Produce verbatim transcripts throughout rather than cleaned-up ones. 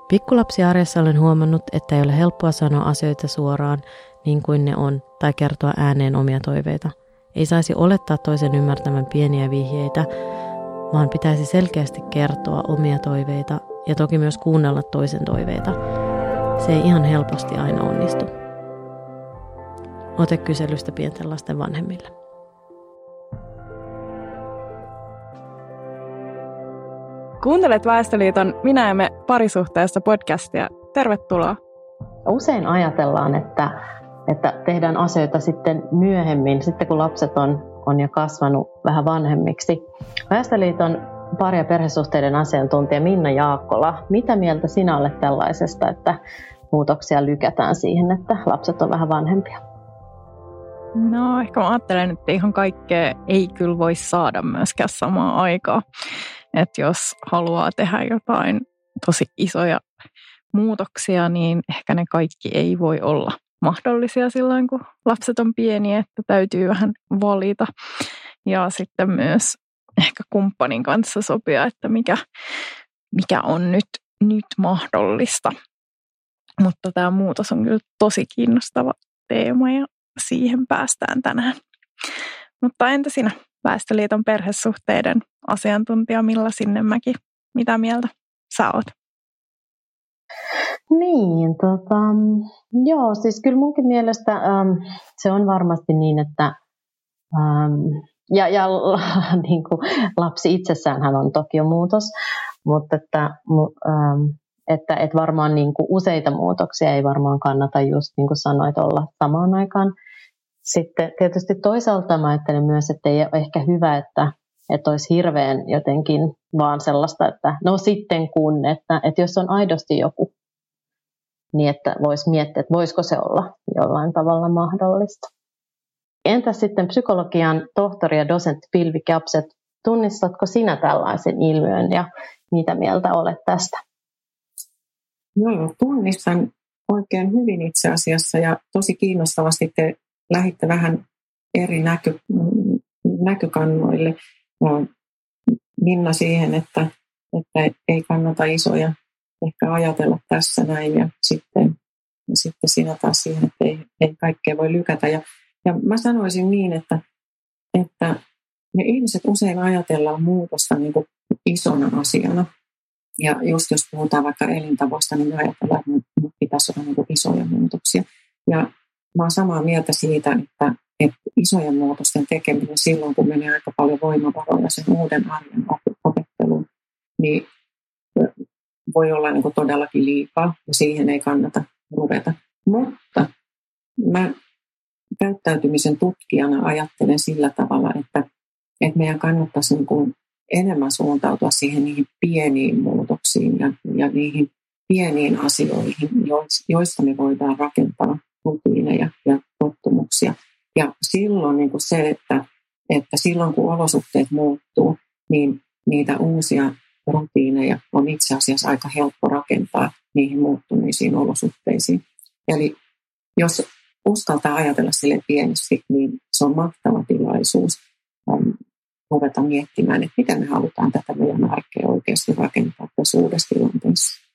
Pikkulapsiarjessa olen huomannut, että ei ole helppoa sanoa asioita suoraan niin kuin ne on tai kertoa ääneen omia toiveita. Ei saisi olettaa toisen ymmärtämän pieniä vihjeitä, vaan pitäisi selkeästi kertoa omia toiveita ja toki myös kuunnella toisen toiveita. Se ei ihan helposti aina onnistu. Ote kyselystä pienten lasten vanhemmille. Kuuntelet Väestöliiton Minä ja me parisuhteessa podcastia. Tervetuloa. Usein ajatellaan, että, että tehdään asioita sitten myöhemmin, sitten kun lapset on, on jo kasvanut vähän vanhemmiksi. Väestöliiton pari- ja perhesuhteiden asiantuntija Minna Jaakkola, mitä mieltä sinä olet tällaisesta, että muutoksia lykätään siihen, että lapset on vähän vanhempia? No ehkä mä ajattelen, että ihan kaikkea ei kyllä voi saada myöskään samaan aikaan. Että jos haluaa tehdä jotain tosi isoja muutoksia, niin ehkä ne kaikki ei voi olla mahdollisia silloin, kun lapset on pieniä, että täytyy vähän valita. Ja sitten myös ehkä kumppanin kanssa sopia, että mikä, mikä on nyt, nyt mahdollista. Mutta tämä muutos on kyllä tosi kiinnostava teema ja siihen päästään tänään. Mutta entä sinä, Väestöliiton perhesuhteiden asiantuntija Milla Sinnemäki, mitä mieltä sä oot? Niin, tota, joo, siis kyllä munkin mielestä ähm, se on varmasti niin, että ähm, ja, ja niin kuin, lapsi itsessäänhän on toki jo muutos, mutta että, ähm, että, että varmaan niin kuin useita muutoksia ei varmaan kannata just niin kuin sanoit olla samaan aikaan. Sitten tietysti toisaalta mä ajattelen myös, että ei ole ehkä hyvä, että, että olisi hirveän jotenkin vaan sellaista, että no sitten kun, että, että jos on aidosti joku, niin että voisi miettiä, että voisiko se olla jollain tavalla mahdollista. Entäs sitten psykologian tohtori ja dosentti Pilvi Kapset, tunnistatko sinä tällaisen ilmiön ja mitä mieltä olet tästä? Joo, tunnistan oikein hyvin itse asiassa ja tosi kiinnostavasti te lähditte vähän eri näkö, näkökannoille. Minna siihen, että, että ei kannata isoja ehkä ajatella tässä näin ja sitten, ja sitten sinä taas siihen, että ei, ei kaikkea voi lykätä. Ja, ja mä sanoisin niin, että, että me ihmiset usein ajatellaan muutosta niin kuin isona asiana. Ja just jos puhutaan vaikka elintavoista, niin me ajatellaan, että pitäisi olla niin kuin isoja muutoksia. Ja mä oon samaa mieltä siitä, että, että isojen muutosten tekeminen silloin, kun menee aika paljon voimavaroja sen uuden arjen opetteluun, niin voi olla niin kuin todellakin liikaa ja siihen ei kannata ruveta. Mutta mä käyttäytymisen tutkijana ajattelen sillä tavalla, että, että meidän kannattaisi niin kuin enemmän suuntautua siihen niihin pieniin muutoksiin ja, ja niihin pieniin asioihin, joista me voidaan rakentaa rutiineja ja tottumuksia. Ja silloin niin kuin se, että, että silloin kun olosuhteet muuttuu, niin niitä uusia rutiineja on itse asiassa aika helppo rakentaa niihin muuttuneisiin olosuhteisiin. Eli jos uskaltaa ajatella sille pienesti, niin se on mahtava tilaisuus um, ruveta miettimään, että miten me halutaan tätä meidän arkea oikeasti rakentaa tässä uudessa tilanteessa.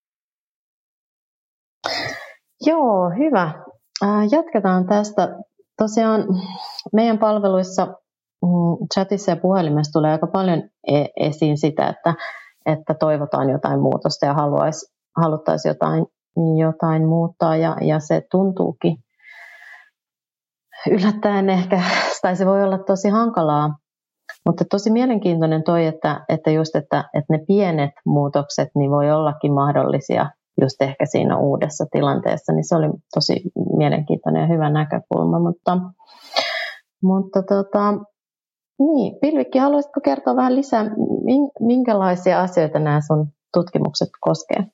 Joo, hyvä. Jatketaan tästä. Tosiaan meidän palveluissa chatissa ja puhelimessa tulee aika paljon esiin sitä, että, että toivotaan jotain muutosta ja haluaisi, haluttaisiin jotain, jotain muuttaa ja, ja se tuntuukin yllättäen ehkä, tai se voi olla tosi hankalaa, mutta tosi mielenkiintoinen toi, että, että just, että, että ne pienet muutokset niin voi ollakin mahdollisia just ehkä siinä uudessa tilanteessa, niin se oli tosi mielenkiintoinen ja hyvä näkökulma, mutta, mutta tota, niin, Pilvikki, haluaisitko kertoa vähän lisää, minkälaisia asioita nämä sun tutkimukset koskee?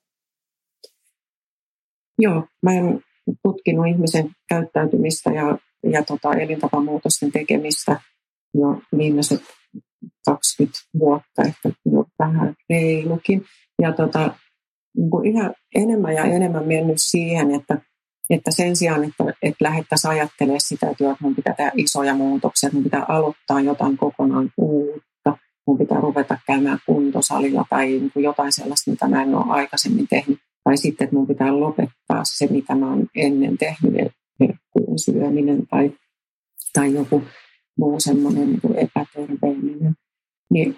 Joo, mä olen tutkinut ihmisen käyttäytymistä ja, ja tota, elintapamuutosten tekemistä jo viimeiset kaksikymmentä vuotta, ehkä jo vähän reilukin. Ja tota, niin yhä enemmän ja enemmän mennyt siihen, että, että sen sijaan, että, että lähdettäisiin ajattelemaan sitä, että mun pitää tehdä isoja muutoksia, että mun pitää aloittaa jotain kokonaan uutta, mun pitää ruveta käymään kuntosalilla tai niin jotain sellaista, mitä mä en ole aikaisemmin tehnyt, Tai sitten, että mun pitää lopettaa se, mitä mä oon ennen tehnyt, herkkujen syöminen tai, tai joku muu semmoinen niin kuin epäterveellinen. Niin,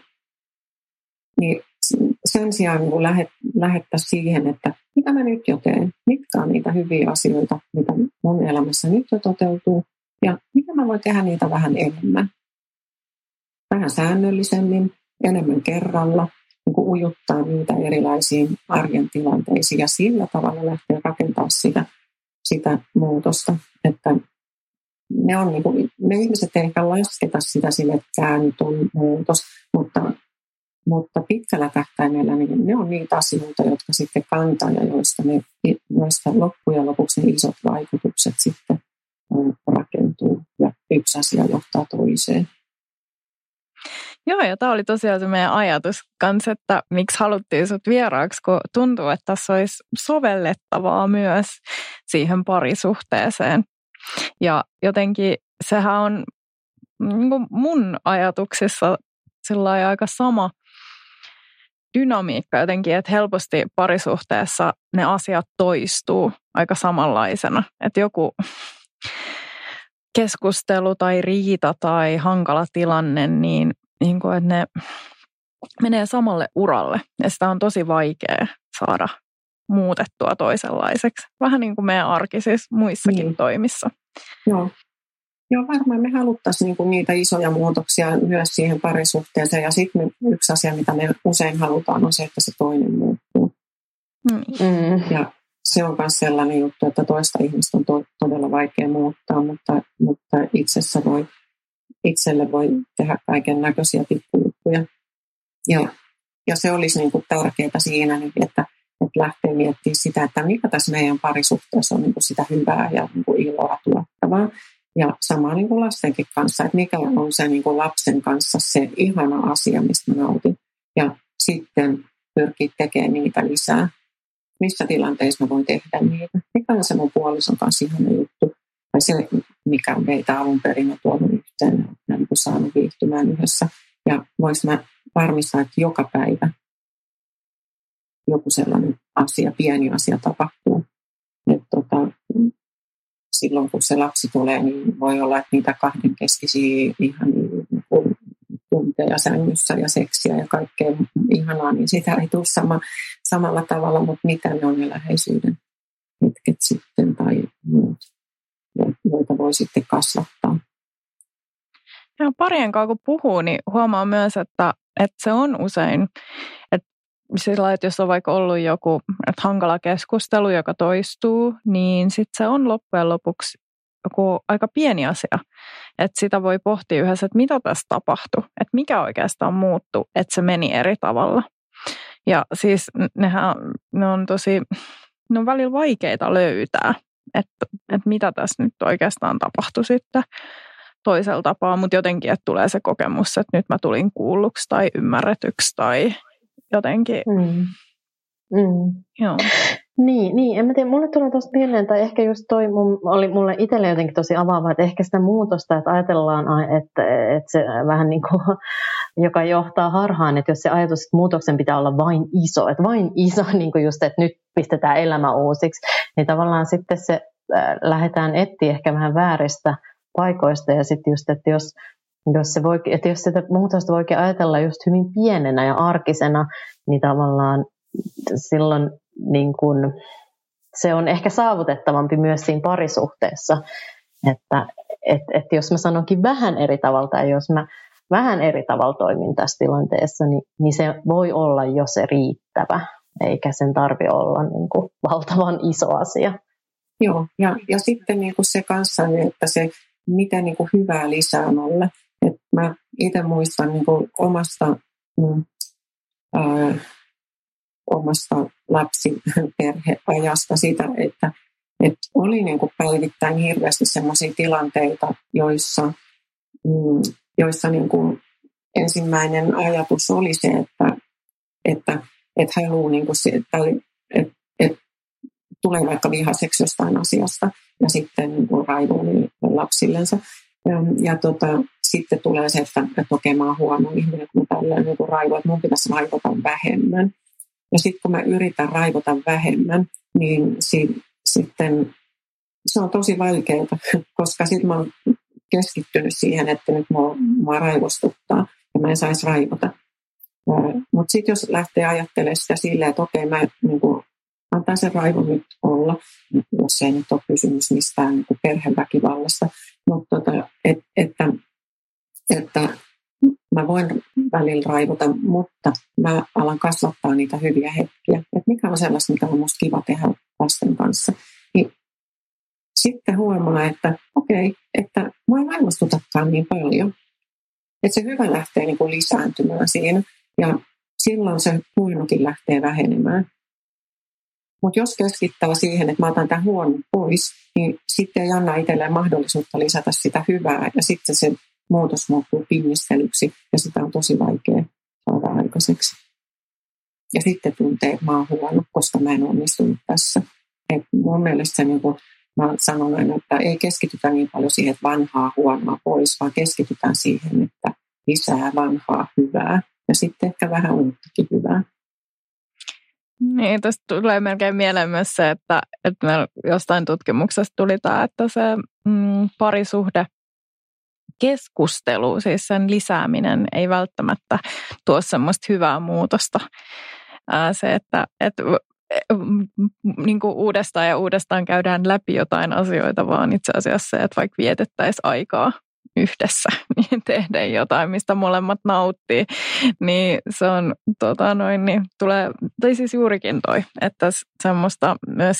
niin sen sijaan niin lähet, lähettää siihen, että mitä mä nyt jo teen, mitkä on niitä hyviä asioita, mitä mun elämässä nyt jo toteutuu, ja mitä mä voin tehdä niitä vähän enemmän. Vähän säännöllisemmin, enemmän kerralla, niin kuin ujuttaa niitä erilaisiin arjen tilanteisiin ja sillä tavalla lähtee rakentamaan sitä, sitä muutosta. Että ne, on niin kuin, ne ihmiset ei ehkä lasketa sitä sille, että tämä nyt on muutos, mutta, mutta pitkällä tähtäimellä niin ne on niitä asioita, jotka sitten kantaa ja joista, ne, joista loppujen lopuksi ne isot vaikutukset sitten rakentuu ja yksi asia johtaa toiseen. Joo, ja tämä oli tosiaan se meidän ajatus kanssa, että miksi haluttiin sut vieraaksi, kun tuntuu, että tässä olisi sovellettavaa myös siihen parisuhteeseen. Ja jotenkin sehän on niin kuin mun ajatuksissa sillä aika sama dynamiikka jotenkin, että helposti parisuhteessa ne asiat toistuu aika samanlaisena. Että joku keskustelu tai riita tai hankala tilanne, niin, niin kuin, että ne menee samalle uralle. Ja sitä on tosi vaikea saada muutettua toisenlaiseksi. Vähän niin kuin meidän arki siis muissakin niin. toimissa. Joo. Joo, varmaan me haluttaisiin niinku niitä isoja muutoksia myös siihen parisuhteeseen. Ja sitten yksi asia, mitä me usein halutaan, on se, että se toinen muuttuu. Mm. Ja se on myös sellainen juttu, että toista ihmistä on to- todella vaikea muuttaa, mutta, mutta itsessä voi, itselle voi tehdä kaiken näköisiä pikkujuttuja. Ja, ja se olisi niinku tärkeää siinä, että, että lähtee miettimään sitä, että mikä tässä meidän parisuhteessa on niinku sitä hyvää ja niinku iloa tuottavaa. Ja sama niin kuin lastenkin kanssa, että mikä on se niin kuin lapsen kanssa se ihana asia, mistä mä nautin. Ja sitten pyrkii tekemään niitä lisää. Missä tilanteissa mä voin tehdä niitä? Mikä on se mun puolison kanssa ihana juttu? Tai se, mikä on meitä alun perin tuonut yhteen ja niin kuin saanut viihtymään yhdessä. Ja vois mä varmistaa, että joka päivä joku sellainen asia, pieni asia tapahtuu. Että tota, silloin kun se lapsi tulee, niin voi olla, että niitä kahdenkeskisiä ihan tunteja sängyssä ja seksiä ja kaikkea ihanaa, niin sitä ei tule sama, samalla tavalla, mutta mitä ne on ne läheisyyden hetket sitten tai muut, joita voi sitten kasvattaa. Ja parien kanssa kun puhuu, niin huomaa myös, että, että se on usein, että sillä, että jos on vaikka ollut joku että hankala keskustelu, joka toistuu, niin sitten se on loppujen lopuksi joku aika pieni asia. Että sitä voi pohtia yhdessä, että mitä tässä tapahtui, että mikä oikeastaan muuttui, että se meni eri tavalla. Ja siis nehän ne on tosi, ne on välillä vaikeita löytää, että, että mitä tässä nyt oikeastaan tapahtui sitten toisella tapaa, mutta jotenkin, että tulee se kokemus, että nyt mä tulin kuulluksi tai ymmärretyksi tai jotenkin. Mm. Mm. Joo. Niin, niin, en mä tiedä, mulle tulee tuosta mieleen, tai ehkä just toi mun, oli mulle itselle jotenkin tosi avaava, että ehkä sitä muutosta, että ajatellaan, että, että se vähän niin kuin, joka johtaa harhaan, että jos se ajatus, että muutoksen pitää olla vain iso, että vain iso, niin kuin just, että nyt pistetään elämä uusiksi, niin tavallaan sitten se äh, lähdetään etsiä ehkä vähän vääristä paikoista, ja sitten just, että jos Jos, se voi, että jos sitä muutosta voikin ajatella just hyvin pienenä ja arkisena, niin tavallaan silloin niin kun, se on ehkä saavutettavampi myös siinä parisuhteessa. Että et, et jos mä sanonkin vähän eri tavalla tai jos mä vähän eri tavalla toimin tässä tilanteessa, niin, niin se voi olla jo se riittävä, eikä sen tarvitse olla niin kuin valtavan iso asia. Joo, ja, ja sitten niin kuin se kanssa, että se miten niin kuin hyvää lisäämällä. Et mä itse muistan niin kuin omasta, mm, ää, omasta lapsiperheajasta sitä, että et oli niin kuin päivittäin hirveästi sellaisia tilanteita, joissa, mm, joissa niin kuin ensimmäinen ajatus oli se, että, että et haluaa, niin kuin se, että et, et tulee vaikka vihaiseksi jostain asiasta ja sitten niin kuin raivoo lapsillensa. Ja, ja tota, sitten tulee se, että, että okei, mä oon huono ihminen, kun mä tällainen niin raivoa, että mun pitäisi raivota vähemmän. Ja sitten kun mä yritän raivota vähemmän, niin si- sitten se on tosi vaikeaa, koska sitten mä oon keskittynyt siihen, että nyt mua, mua raivostuttaa ja mä en saisi raivota. Mutta sitten jos lähtee ajattelemaan sitä silleen, että okei, mä niin kuin, antaa sen raivon nyt olla, jos ei nyt ole kysymys mistään niin kuin perheväkivallasta, mutta tota, et, että, että mä voin välillä raivota, mutta mä alan kasvattaa niitä hyviä hetkiä. Että mikä on sellaista, mikä on musta kiva tehdä lasten kanssa. Niin sitten huomaa, että okei, että mua ei raivostutakaan niin paljon. Että se hyvä lähtee niin kuin lisääntymään siinä. Ja silloin se huonokin lähtee vähenemään. Mutta jos keskittää siihen, että mä otan tämän huonon pois, niin sitten ei anna itselleen mahdollisuutta lisätä sitä hyvää. Ja sitten se muutos muuttuu pinnistelyksi ja sitä on tosi vaikea saada aikaiseksi. Ja sitten tuntee, että mä oon huono, koska mä en onnistunut tässä. Et mun mielestä se, niin kuin mä sanon aina, että ei keskitytä niin paljon siihen, että vanhaa huonoa pois, vaan keskitytään siihen, että lisää vanhaa hyvää. Ja sitten ehkä vähän uuttakin hyvää. Niin, tästä tulee melkein mieleen myös se, että, että meillä jostain tutkimuksesta tuli tämä, että se mm, parisuhde keskustelu, siis sen lisääminen ei välttämättä tuo semmoista hyvää muutosta. Ää, se, että, että niin kuin uudestaan ja uudestaan käydään läpi jotain asioita, vaan itse asiassa se, että vaikka vietettäisiin aikaa yhdessä, niin tehdä jotain, mistä molemmat nauttii, niin se on, tota noin, niin tulee, tai siis juurikin toi, että semmoista myös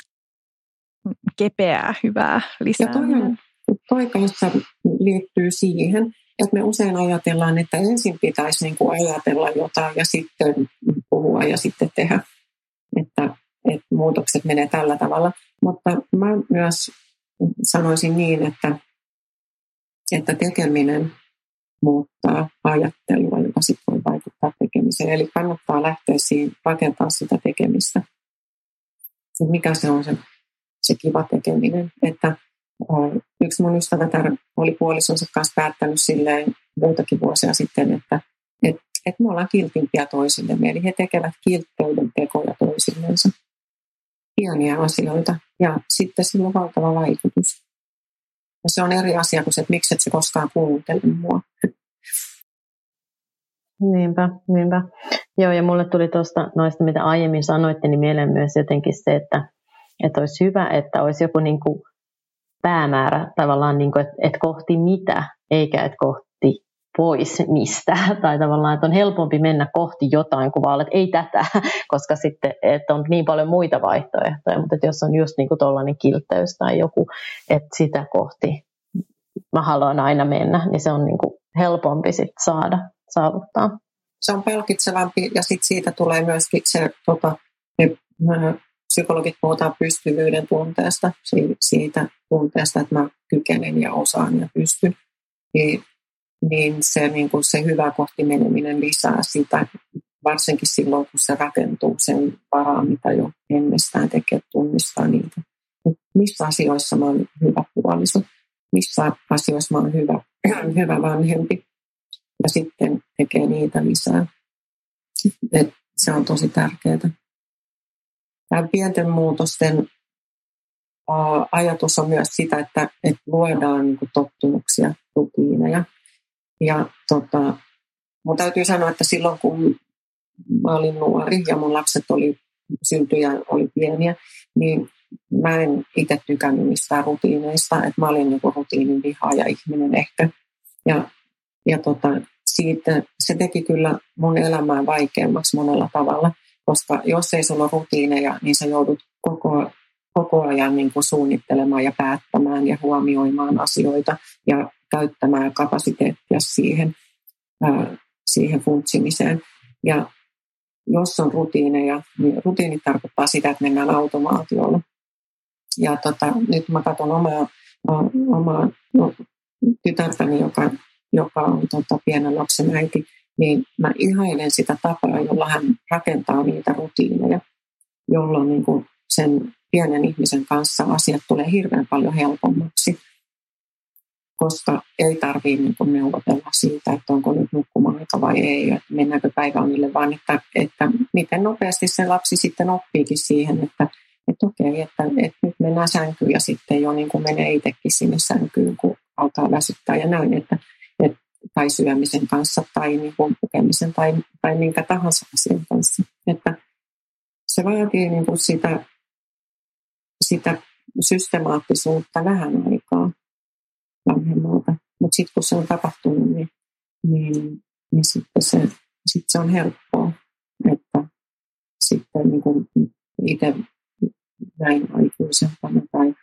kepeää, hyvää lisää. Toi kanssa liittyy siihen, että me usein ajatellaan, että ensin pitäisi niin kuin ajatella jotain ja sitten puhua ja sitten tehdä, että, että muutokset menee tällä tavalla. Mutta mä myös sanoisin niin, että, että tekeminen muuttaa ajattelua, joka sitten voi vaikuttaa tekemiseen. Eli kannattaa lähteä siihen rakentaa sitä tekemistä. Mikä se on se, se kiva tekeminen, että yksi mun ystävätär oli puolisonsa kanssa päättänyt silleen muutakin vuosia sitten, että et, et me ollaan kiltimpiä toisillemme. Eli he tekevät kiltteyden tekoja toisillensa. Pieniä asioita. Ja sitten sillä on valtava vaikutus. Ja se on eri asia kuin se, että miksi et se koskaan kuuntele mua. Niinpä, niinpä. Joo, ja mulle tuli tuosta noista, mitä aiemmin sanoitte, niin mieleen myös jotenkin se, että, että olisi hyvä, että olisi joku niin kuin päämäärä tavallaan, niin kuin, että, että kohti mitä, eikä että kohti pois mistä. Tai tavallaan, että on helpompi mennä kohti jotain kuin vaan, että ei tätä, koska sitten että on niin paljon muita vaihtoehtoja. Mutta että jos on just niin kuin tuollainen kiltteys tai joku, että sitä kohti mä haluan aina mennä, niin se on niin kuin helpompi sitten saada, saavuttaa. Se on palkitsevampi ja sitten siitä tulee myöskin se, tota, ne, psykologit puhutaan pystyvyyden tunteesta, siitä tunteesta, että mä kykenen ja osaan ja pystyn, niin, niin, se, niin kuin se hyvä kohti meneminen lisää sitä, varsinkin silloin, kun se rakentuu sen varaan, mitä jo ennestään tekee, tunnistaa niitä. Missä asioissa mä oon hyvä puoliso, missä asioissa mä oon hyvä, hyvä vanhempi, ja sitten tekee niitä lisää. Et se on tosi tärkeää. Tämä pienten muutosten ajatus on myös sitä, että, että luodaan niin kuin tottumuksia, rutiineja. Ja tota, mun täytyy sanoa, että silloin kun mä olin nuori ja mun lapset oli syntyjä, oli pieniä, niin mä en itse tykännyt mistään rutiineista, että mä olin niin kuin rutiinin vihaaja ihminen ehkä. Ja, ja tota, siitä, se teki kyllä mun elämää vaikeammaksi monella tavalla, koska jos ei sulla ole rutiineja, niin sä joudut koko, koko ajan niin kuin suunnittelemaan ja päättämään ja huomioimaan asioita ja käyttämään kapasiteettia siihen, ää, siihen funtsimiseen. Ja jos on rutiineja, niin rutiinit tarkoittaa sitä, että mennään automaatiolla. Ja tota, nyt mä katson omaa, omaa no, tytärtäni, joka, joka on tota, pienen lapsen äiti, niin mä ihailen sitä tapaa, jolla hän rakentaa niitä rutiineja, jolloin niin kuin sen pienen ihmisen kanssa asiat tulee hirveän paljon helpommaksi. koska ei tarvitse niin kuin neuvotella siitä, että onko nyt nukkuma-aika vai ei, että mennäänkö päiväunille, vaan että, että miten nopeasti se lapsi sitten oppiikin siihen, että, että okei, että, että nyt mennään sänkyyn ja sitten jo niin kuin menee itsekin sinne sänkyyn, kun alkaa väsyttää ja näin, että, että tai syömisen kanssa tai niin kuin pukemisen tai, tai minkä tahansa asian kanssa. Että se vaatii niin kuin sitä, sitä systemaattisuutta vähän aikaa vanhemmalta. Mutta sitten kun se on tapahtunut, niin, niin, niin sitten, se, sitten se on helppoa. Että sitten niin kuin itse näin aikuisempana tai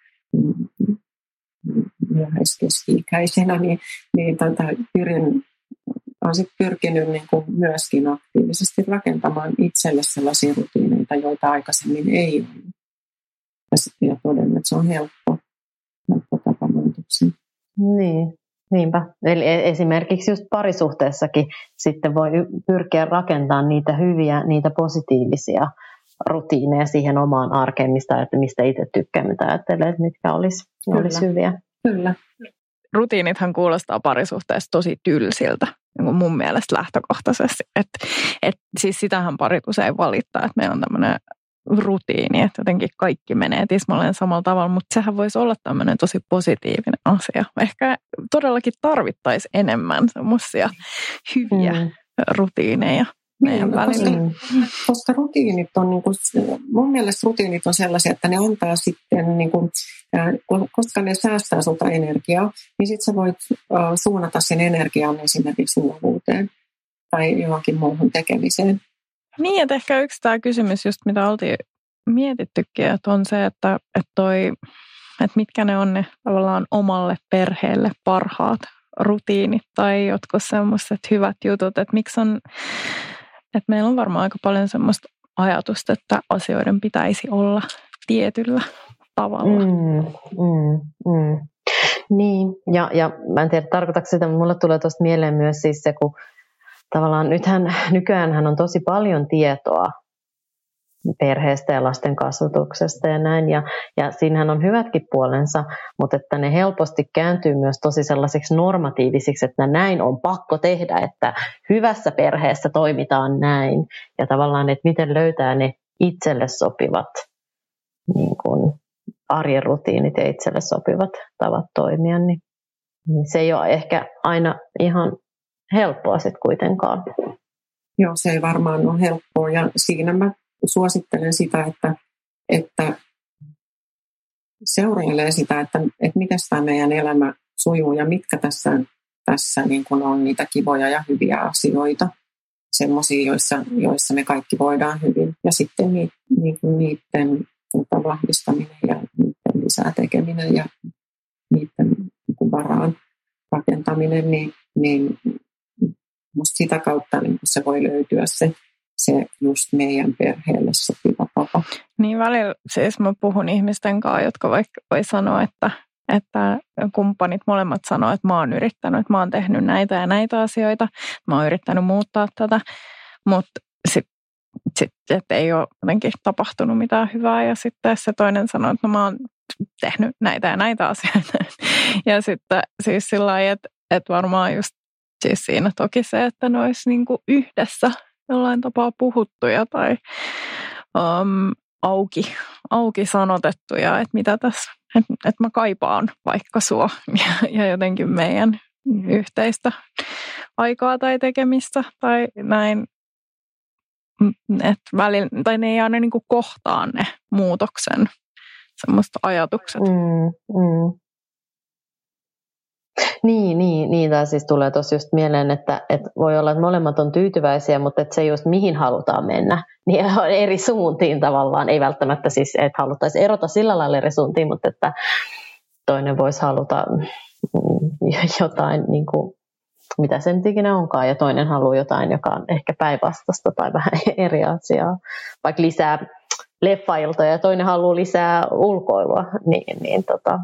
myöhäiskeski-ikäisenä, niin, niin tota, pyrin, olen sit pyrkinyt niin kuin myöskin aktiivisesti rakentamaan itselle sellaisia rutiineita, joita aikaisemmin ei ollut. Ja sitten todennut, että se on helppo, helppo tapa muutoksiin. Niin, niinpä. Eli esimerkiksi just parisuhteessakin sitten voi pyrkiä rakentamaan niitä hyviä, niitä positiivisia rutiineja siihen omaan arkeen, mistä, että mistä itse tykkää, mitä ajattelee, että mitkä olisi, olisi hyviä. Kyllä. Rutiinithan kuulostaa parisuhteessa tosi tylsiltä, niin mun mielestä lähtökohtaisesti. Et, et, siis sitähän parit usein valittaa, että meillä on tämmöinen rutiini, että jotenkin kaikki menee tismalleen samalla tavalla, mutta sehän voisi olla tämmöinen tosi positiivinen asia. Ehkä todellakin tarvittaisiin enemmän semmoisia hyviä mm. rutiineja meidän niin, välillä. Koska, koska rutiinit on, niin kuin, mun mielestä rutiinit on sellaisia, että ne antaa sitten, niin kuin, koska ne säästää sulta energiaa, niin sitten sä voit suunnata sen energian esimerkiksi luovuuteen tai johonkin muuhun tekemiseen. Niin, että ehkä yksi tämä kysymys, just mitä oltiin mietittykin, että on se, että, että, toi, että mitkä ne on ne tavallaan omalle perheelle parhaat rutiinit tai jotkut semmoiset hyvät jutut, että miksi on, että meillä on varmaan aika paljon semmoista ajatusta, että asioiden pitäisi olla tietyllä tavalla. Mm, mm, mm. Niin, ja, ja mä en tiedä, tarkoitatko sitä, mutta mulle tulee tuosta mieleen myös siis se, kun tavallaan nythän, nykyäänhän on tosi paljon tietoa perheestä ja lasten kasvatuksesta ja näin, ja, ja siinähän on hyvätkin puolensa, mutta että ne helposti kääntyy myös tosi sellaisiksi normatiivisiksi, että näin on pakko tehdä, että hyvässä perheessä toimitaan näin, ja tavallaan, että miten löytää ne itselle sopivat niin kuin arjen rutiinit ja itselle sopivat tavat toimia, niin, niin se ei ole ehkä aina ihan helppoa sitten kuitenkaan. Joo, se ei varmaan ole helppoa, ja siinä mä suosittelen sitä, että, että seurailee sitä, että, että miten tämä meidän elämä sujuu ja mitkä tässä, tässä niin kuin on niitä kivoja ja hyviä asioita, semmoisia, joissa, joissa me kaikki voidaan hyvin. Ja sitten ni, niin kuin niiden vahvistaminen ja niiden lisää tekeminen ja niiden niin kuin varaan rakentaminen, niin, niin musta sitä kautta niin se voi löytyä se, se just meidän perheelle sopiva tapa. Niin välillä siis mä puhun ihmisten kanssa, jotka vaikka voi sanoa, että, että kumppanit molemmat sanoo, että mä oon yrittänyt, että mä oon tehnyt näitä ja näitä asioita, mä oon yrittänyt muuttaa tätä, mutta sitten sit, että ei ole jotenkin tapahtunut mitään hyvää ja sitten se toinen sanoo, että no mä oon tehnyt näitä ja näitä asioita. Ja sitten siis sillä lailla, että, että varmaan just siis siinä toki se, että ne olisi niin kuin yhdessä jollain tapaa puhuttuja tai um, auki, auki sanotettuja, että mitä tässä, että, että mä kaipaan vaikka sua ja, ja jotenkin meidän yhteistä aikaa tai tekemistä tai näin, että välillä, tai ne ei aina niin kuin kohtaa ne muutoksen semmoista ajatukset. Mm, mm. Niin, niin, niin, tai siis tulee tuossa just mieleen, että, että voi olla, että molemmat on tyytyväisiä, mutta että se just mihin halutaan mennä, niin on eri suuntiin tavallaan, ei välttämättä siis, että haluttaisiin erota sillä lailla eri suuntiin, mutta että toinen voisi haluta jotain, niin kuin, mitä se nyt ikinä onkaan, ja toinen haluaa jotain, joka on ehkä päinvastaista tai vähän eri asiaa, vaikka lisää leffailtoja ja toinen haluaa lisää ulkoilua, niin, niin tota...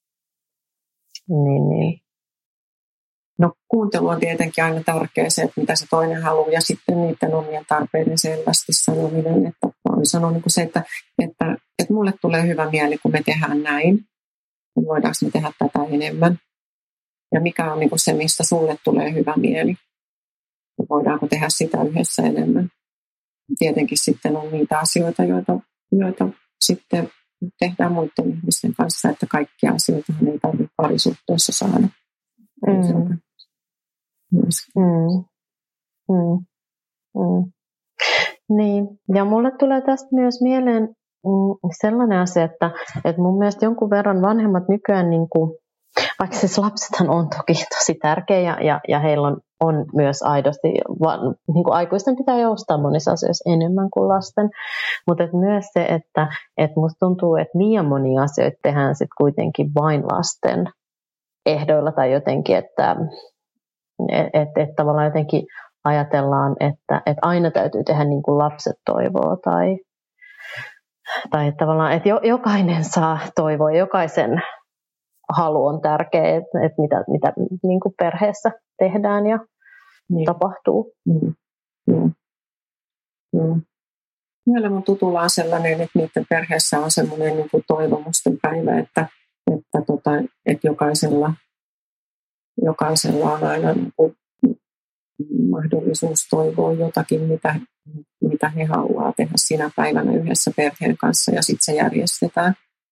Niin, niin. No kuuntelu on tietenkin aina tärkeä se, että mitä se toinen haluaa ja sitten niiden omien tarpeiden selvästi sanominen. Että olen sanonut niin se, että, että, että mulle tulee hyvä mieli, kun me tehdään näin. Me voidaanko me tehdä tätä enemmän. ja mikä on niin kuin se, mistä sulle tulee hyvä mieli. Voidaanko tehdä sitä yhdessä enemmän. Tietenkin sitten on niitä asioita, joita, joita sitten tehdään muiden ihmisten kanssa, että kaikkia asioita ei tarvitse parisuhteessa saada. Mm. Mm. Mm. Mm. Niin, ja mulle tulee tästä myös mieleen mm, sellainen asia, että, että mun mielestä jonkun verran vanhemmat nykyään, niin kuin, vaikka siis lapsethan on toki tosi tärkeä ja, ja, ja heillä on, on myös aidosti, va, niin kuin aikuisten pitää joustaa monissa asioissa enemmän kuin lasten, mutta et myös se, että et musta tuntuu, että liian monia asioita tehdään sitten kuitenkin vain lasten ehdoilla tai jotenkin, että et, et, et tavallaan jotenkin ajatellaan, että, että aina täytyy tehdä niin kuin lapset toivoo tai, tai että tavallaan, että jokainen saa toivoa, jokaisen halu on tärkeä, että, että mitä, mitä niin kuin perheessä tehdään ja niin tapahtuu. Mm. Mm. Mm. Meillä mun tutulla on sellainen, että niiden perheessä on sellainen niin kuin toivomusten päivä, että, että, tota, että jokaisella, jokaisella on aina niin kuin mahdollisuus toivoa jotakin, mitä, mitä he haluaa tehdä sinä päivänä yhdessä perheen kanssa ja sitten se järjestetään.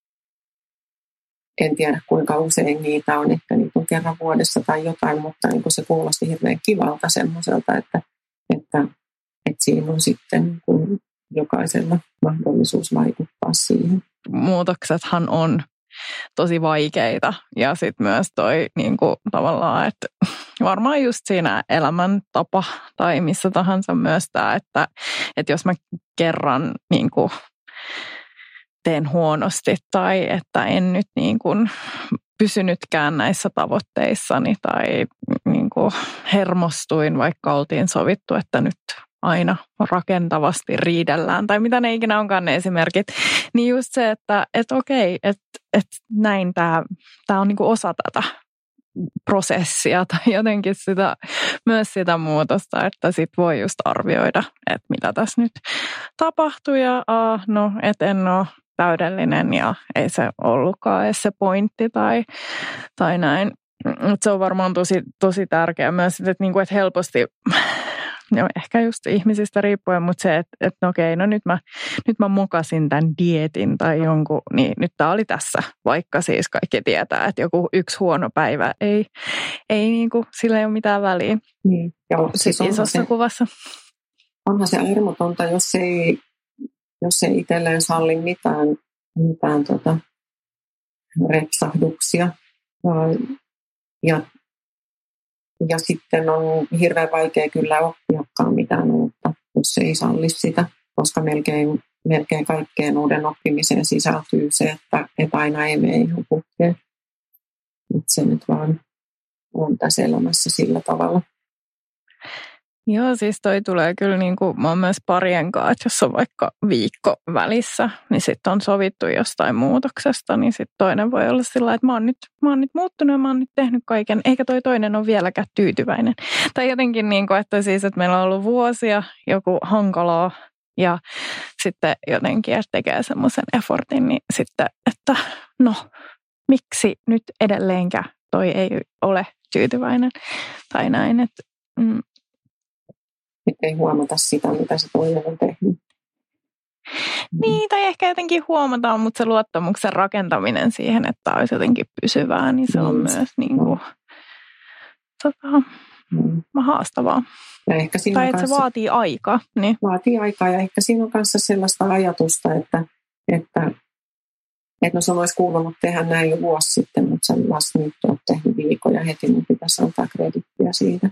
En tiedä kuinka usein niitä on, ehkä niitä on kerran vuodessa tai jotain, mutta niin se kuulosti hirveän kivalta semmoiselta, että, että, että siinä on sitten kun jokaisella mahdollisuus vaikuttaa siihen. Muutoksethan on tosi vaikeita ja sitten myös toi niin kuin, tavallaan, että varmaan just siinä elämäntapa tai missä tahansa myös tämä, että, että jos mä kerran niin kuin, teen huonosti tai että en nyt niin kuin, pysynytkään näissä tavoitteissani tai niin kuin, hermostuin, vaikka oltiin sovittu, että nyt aina rakentavasti riidellään tai mitä ne ikinä onkaan ne esimerkit, niin just se, että et okei, että et näin tämä tää on niinku osa tätä prosessia tai jotenkin sitä, myös sitä muutosta, että sit voi just arvioida, että mitä tässä nyt tapahtui ja ah, no, et en ole täydellinen ja ei se ollutkaan edes se pointti tai, tai näin. Se on varmaan tosi, tosi tärkeää myös, että, niinku, että helposti no, ehkä just ihmisistä riippuen, mutta se, että, että no okei, no nyt mä, nyt mä mokasin tämän dieetin tai jonkun, niin nyt tää oli tässä, vaikka siis kaikki tietää, että joku yksi huono päivä ei, ei niinku, sillä ei ole mitään väliä. Niin. Ja siis isossa se, kuvassa. Onhan se armotonta, jos ei, jos ei itselleen salli mitään, mitään tota, repsahduksia. Ja Ja sitten on hirveän vaikea kyllä oppiakaan mitään uutta, jos ei salli sitä, koska melkein, melkein kaikkeen uuden oppimiseen sisältyy se, että, että aina ei mene ihan putkeen. Se nyt vaan on tässä elämässä sillä tavalla. Joo, siis toi tulee kyllä niin kuin mä oon myös parien kanssa, että jos on vaikka viikko välissä, niin sitten on sovittu jostain muutoksesta, niin sitten toinen voi olla sillä että mä oon, nyt, mä oon nyt muuttunut ja mä oon nyt tehnyt kaiken, eikä toi toinen ole vieläkään tyytyväinen. Tai jotenkin niin kuin, että siis, että meillä on ollut vuosia joku hankalaa ja sitten jotenkin, että tekee semmoisen effortin, niin sitten, että no, miksi nyt edelleenkään toi ei ole tyytyväinen tai näin, että mm, ei huomata sitä, mitä se toinen on tehnyt. Niin, tai ehkä jotenkin huomataan, mutta se luottamuksen rakentaminen siihen, että olisi jotenkin pysyvää, niin se on mm. myös niin kuin, tota, mm. haastavaa. Ja ehkä tai että se vaatii aikaa. Niin. Vaatii aikaa ja ehkä siinä on kanssa sellaista ajatusta, että, että, että no se olisi kuulunut tehdä näin jo vuosi sitten, mutta sen vasta nyt olet tehnyt viikoja heti, niin pitäisi antaa kredittiä siitä.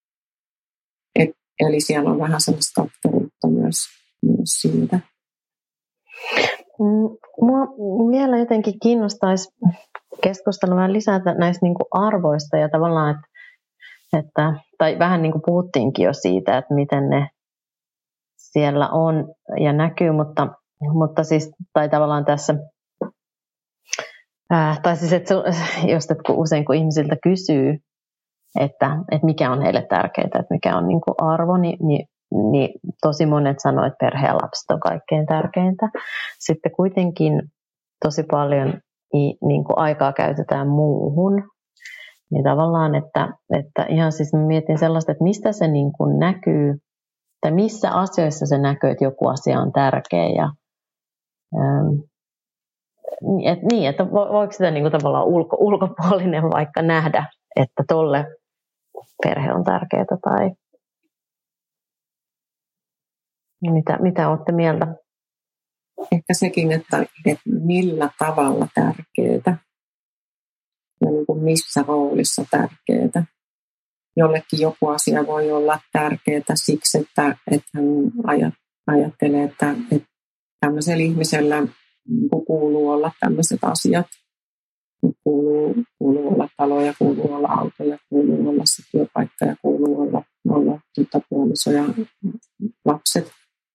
Et, eli siellä on vähän sellaista katkeruutta myös, myös siitä. Mua vielä jotenkin kiinnostaisi keskustella vähän lisää näistä niin kuin arvoista ja tavallaan, että, että, tai vähän niin kuin puhuttiinkin jo siitä, että miten ne siellä on ja näkyy, mutta, mutta siis, tai tavallaan tässä, ää, tai siis, että just, että usein kun ihmisiltä kysyy, että, että mikä on heille tärkeää, että mikä on niin kuin arvo, niin, niin niin tosi monet sanoo, että perhe ja lapset on kaikkein tärkeintä. Sitten kuitenkin tosi paljon niin kuin aikaa käytetään muuhun. Niin tavallaan, että, että ihan siis mä mietin sellaista, että mistä se niin kuin näkyy, tai missä asioissa se näkyy, että joku asia on tärkeä. Ja, ähm, et, niin, että voiko sitä niin kuin tavallaan ulko, ulkopuolinen vaikka nähdä, että tolle perhe on tärkeää tai mitä, mitä olette mieltä? Ehkä sekin, että, että millä tavalla tärkeää ja niin kuin missä roolissa tärkeää. Jollekin joku asia voi olla tärkeää siksi, että, että hän ajattelee, että, että tämmöisellä ihmisellä kuuluu olla tämmöiset asiat. Kuuluu, kuuluu olla taloja, kuuluu olla autoja, kuuluu olla se työpaikka ja kuuluu olla, olla tyttöpuoliso ja lapset.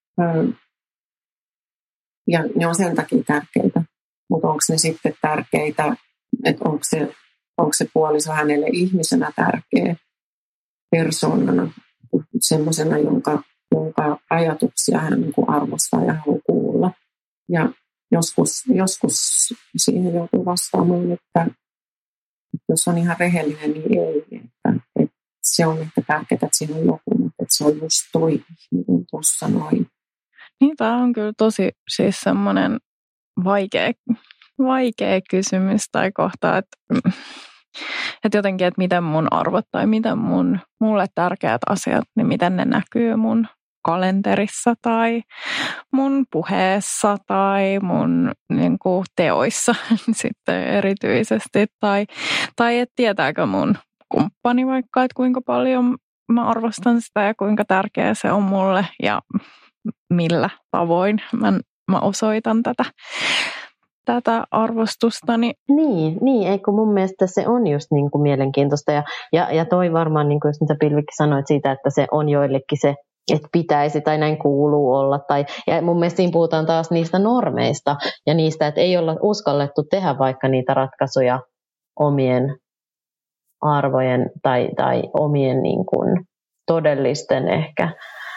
Ja ne on sen takia tärkeitä. Mutta onko ne sitten tärkeitä, että onko se, onko se puoliso hänelle ihmisenä tärkeä persoonana, semmoisena, jonka, jonka ajatuksia hän niin kuin arvostaa ja haluaa kuulla. Ja joskus, joskus siihen joutuu vastaamaan, että jos on ihan rehellinen, niin ei. Että, että se on ehkä tärkeää, että siinä on joku, mutta että se on just toi ihminen tuossa noin. Niin, tämä on kyllä tosi siis semmoinen vaikea, vaikea kysymys tai kohta, että, että jotenkin, että miten mun arvot tai miten mun, mulle tärkeät asiat, niin miten ne näkyy mun kalenterissa tai mun puheessa tai mun niin kuin, teoissa sitten erityisesti. Tai, tai että tietääkö mun kumppani vaikka, että kuinka paljon mä arvostan sitä ja kuinka tärkeää se on mulle ja millä tavoin mä, mä osoitan tätä, tätä arvostustani. Niin, niin, eikö mun mielestä se on just niin kuin mielenkiintoista. Ja, ja, ja toi varmaan, niin kuin jos mitä Pilvikki sanoit siitä, että se on joillekin se, että pitäisi tai näin kuuluu olla. Tai, ja mun mielestä siinä puhutaan taas niistä normeista ja niistä, että ei olla uskallettu tehdä vaikka niitä ratkaisuja omien arvojen tai, tai omien niin kuin todellisten ehkä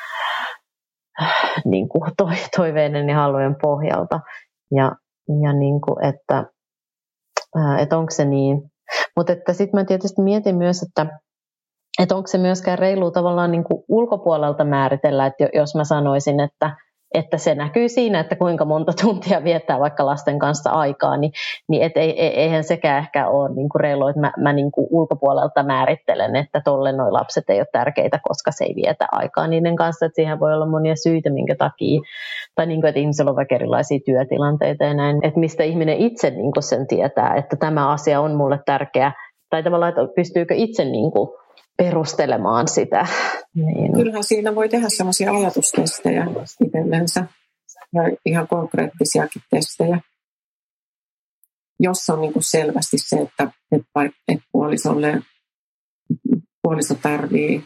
niin kuin toiveiden ja halujen pohjalta. Ja, ja niin kuin, että, että onko se niin. Mutta sitten mä tietysti mietin myös, että, että onko se myöskään reilu tavallaan niin kuin ulkopuolelta määritellä, että jos mä sanoisin, että, että se näkyy siinä, että kuinka monta tuntia viettää vaikka lasten kanssa aikaa, niin, niin et ei, eihän sekään ehkä ole niin kuin reilu, että mä, mä niin kuin ulkopuolelta määrittelen, että tolle noi lapset ei ole tärkeitä, koska se ei vietä aikaa niiden kanssa, että siihen voi olla monia syitä, minkä takia, tai niin kuin, että ihmisellä on vaikka erilaisia työtilanteita ja näin, että mistä ihminen itse niin kuin sen tietää, että tämä asia on mulle tärkeä, tai tavallaan, että pystyykö itse niin kuin perustelemaan sitä. Niin. Kyllähän siinä voi tehdä sellaisia ajatustestejä itsellensä ja ihan konkreettisiakin testejä. Jos on niin kuin selvästi se, että, että puolisolle, puoliso tarvii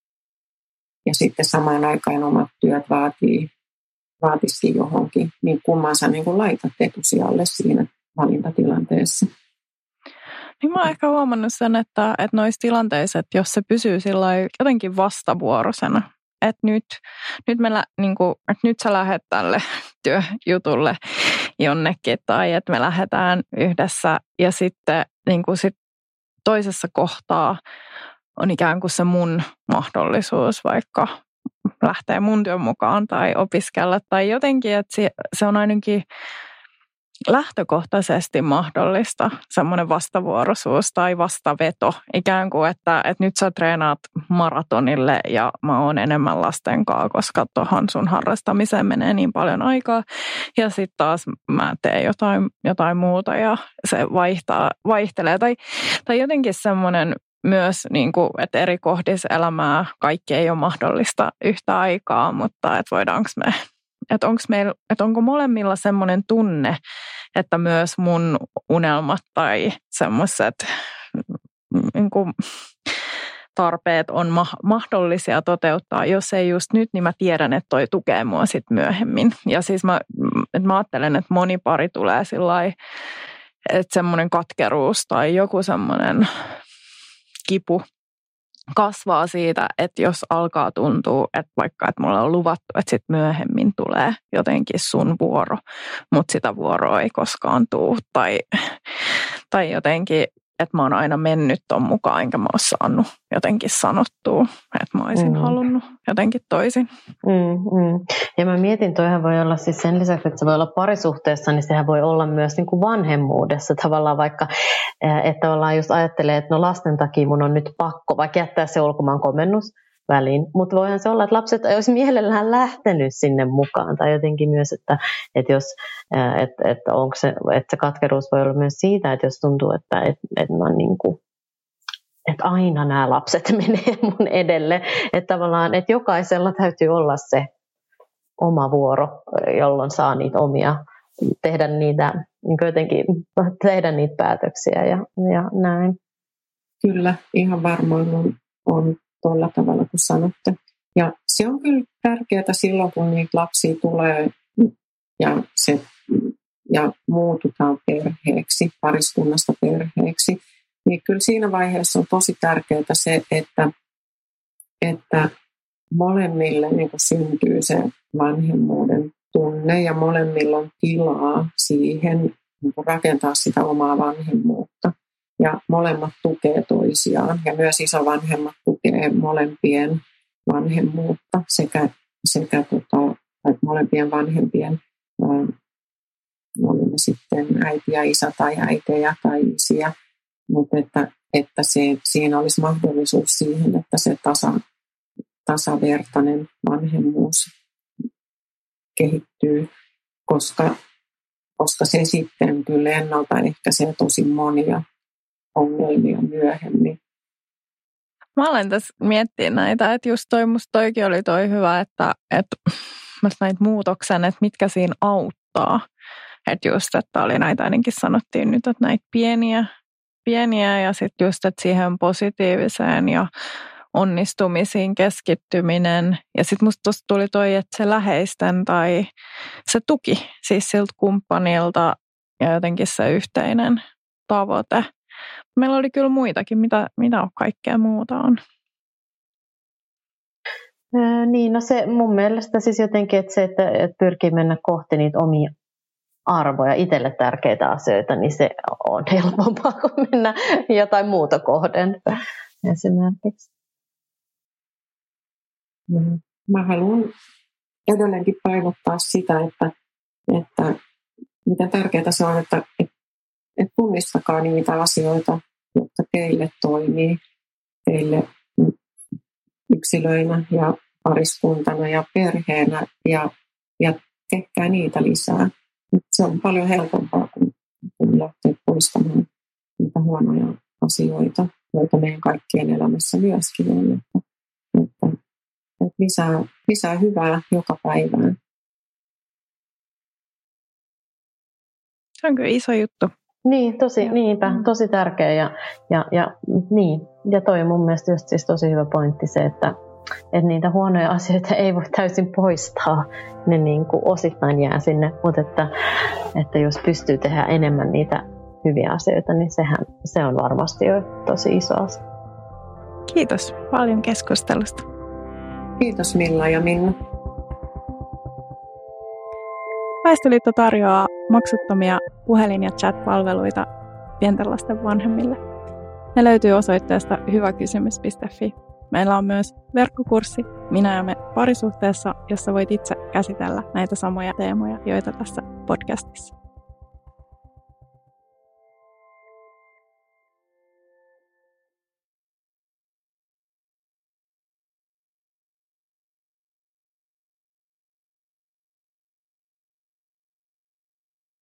ja sitten samaan aikaan omat työt vaatii, vaatisikin johonkin, niin kumman sä niin kuin laitat etusijalle siinä valintatilanteessa. Niin mä oon ehkä huomannut sen, että, että noissa tilanteissa, että jos se pysyy jotenkin vastavuoroisena, että nyt, nyt, me, niin kuin, että nyt sä lähdet tälle työjutulle jonnekin tai että me lähdetään yhdessä ja sitten niin kuin sit toisessa kohtaa on ikään kuin se mun mahdollisuus vaikka lähteä mun työn mukaan tai opiskella tai jotenkin, että se, se on ainakin lähtökohtaisesti mahdollista semmoinen vastavuoroisuus tai vastaveto. Ikään kuin, että, että nyt sä treenaat maratonille ja mä oon enemmän lasten kanssa, koska tuohon sun harrastamiseen menee niin paljon aikaa. Ja sitten taas mä teen jotain, jotain muuta ja se vaihtaa, vaihtelee. Tai, tai jotenkin semmoinen myös, niin kuin, että eri kohdissa elämää kaikki ei ole mahdollista yhtä aikaa, mutta että voidaanko me... Että, meillä, että onko molemmilla semmoinen tunne, että myös mun unelmat tai semmoiset niin kuin tarpeet on ma- mahdollisia toteuttaa. Jos ei just nyt, niin mä tiedän, että toi tukee mua sit myöhemmin. Ja siis mä, että mä ajattelen, että moni pari tulee sillai, että semmoinen katkeruus tai joku semmoinen kipu kasvaa siitä, että jos alkaa tuntua, että vaikka että mulla on luvattu, että sitten myöhemmin tulee jotenkin sun vuoro, mutta sitä vuoroa ei koskaan tule. Tai, tai jotenkin, että mä oon aina mennyt ton mukaan, enkä mä oon saanut jotenkin sanottua, että mä olisin mm. halunnut jotenkin toisin. Mm, mm. Ja mä mietin, toihan voi olla siis sen lisäksi, että se voi olla parisuhteessa, niin sehän voi olla myös niin kuin vanhemmuudessa tavallaan vaikka, että tavallaan just ajattelee, että no lasten takia mun on nyt pakko vaikka jättää se ulkomaan komennus väliin, mutta voihan se olla, että lapset olisi mielellään lähtenyt sinne mukaan, tai jotenkin myös, että, että, jos, että, että, onko se, että se katkeruus voi olla myös siitä, että jos tuntuu, että, että, että, mä niin kuin, että aina nämä lapset menee mun edelle, että tavallaan, että jokaisella täytyy olla se oma vuoro, jolloin saa niitä omia, tehdä niitä, niin jotenkin tehdä niitä päätöksiä ja, ja näin. Kyllä, ihan varmaan on, on tuolla tavalla kuin sanotte. Ja se on kyllä tärkeää silloin, kun niitä lapsia tulee ja, se, ja muututaan perheeksi, pariskunnasta perheeksi, niin kyllä siinä vaiheessa on tosi tärkeää se, että, että molemmille niin kuin syntyy se vanhemmuuden tunne ja molemmilla on tilaa siihen niin kuin rakentaa sitä omaa vanhemmuutta. Ja molemmat tukee toisiaan ja myös isovanhemmat tukee molempien vanhemmuutta sekä, sekä tota, molempien vanhempien, olemme sitten äiti ja isä tai äitejä tai isiä, mutta että, että se, siinä olisi mahdollisuus siihen, että se tasa, tasavertainen vanhemmuus kehittyy, koska, koska se sitten kyllä ennaltaehkäisee tosi monia ongelmia myöhemmin. Mä olen tässä miettiä näitä, että just toi, musta toikin oli toi hyvä, että, että mä näitä muutoksen, että mitkä siinä auttaa. Että just, että oli näitä ainakin sanottiin nyt, että näitä pieniä, pieniä ja sitten just, että siihen positiiviseen ja onnistumisiin keskittyminen. Ja sitten musta tuosta tuli toi, että se läheisten tai se tuki, siis siltä kumppanilta ja jotenkin se yhteinen tavoite. Meillä oli kyllä muitakin, mitä, mitä on kaikkea muuta on. Ää, niin, no se mun mielestä siis jotenkin, että se, että, että pyrkii mennä kohti niitä omia arvoja, itselle tärkeitä asioita, niin se on helpompaa kuin mennä jotain muuta kohden esimerkiksi. Mä haluan edelleenkin painottaa sitä, että, että miten tärkeää se on, että, että tunnistakaa niitä asioita, jotka teille toimii, teille yksilöinä ja pariskuntana ja perheenä ja, ja tehkää niitä lisää. Se on paljon helpompaa kuin, kuin lähteä poistamaan niitä huonoja asioita, joita meidän kaikkien elämässä myöskin on. Että, että, että lisää, lisää hyvää joka päivään. Se on kyllä iso juttu. Niin, tosi, niinpä, tosi tärkeä ja, ja, ja, niin. ja toi on mun mielestä just siis tosi hyvä pointti se, että, että niitä huonoja asioita ei voi täysin poistaa, ne niin kuin osittain jää sinne, mutta että, että jos pystyy tehdä enemmän niitä hyviä asioita, niin sehän, se on varmasti jo tosi iso asia. Kiitos paljon keskustelusta. Kiitos Milla ja Minna. Väestöliitto tarjoaa maksuttomia puhelin- ja chat-palveluita pienten lasten vanhemmille. Ne löytyy osoitteesta hyväkysymys piste fi. Meillä on myös verkkokurssi Minä ja me parisuhteessa, jossa voit itse käsitellä näitä samoja teemoja, joita tässä podcastissa.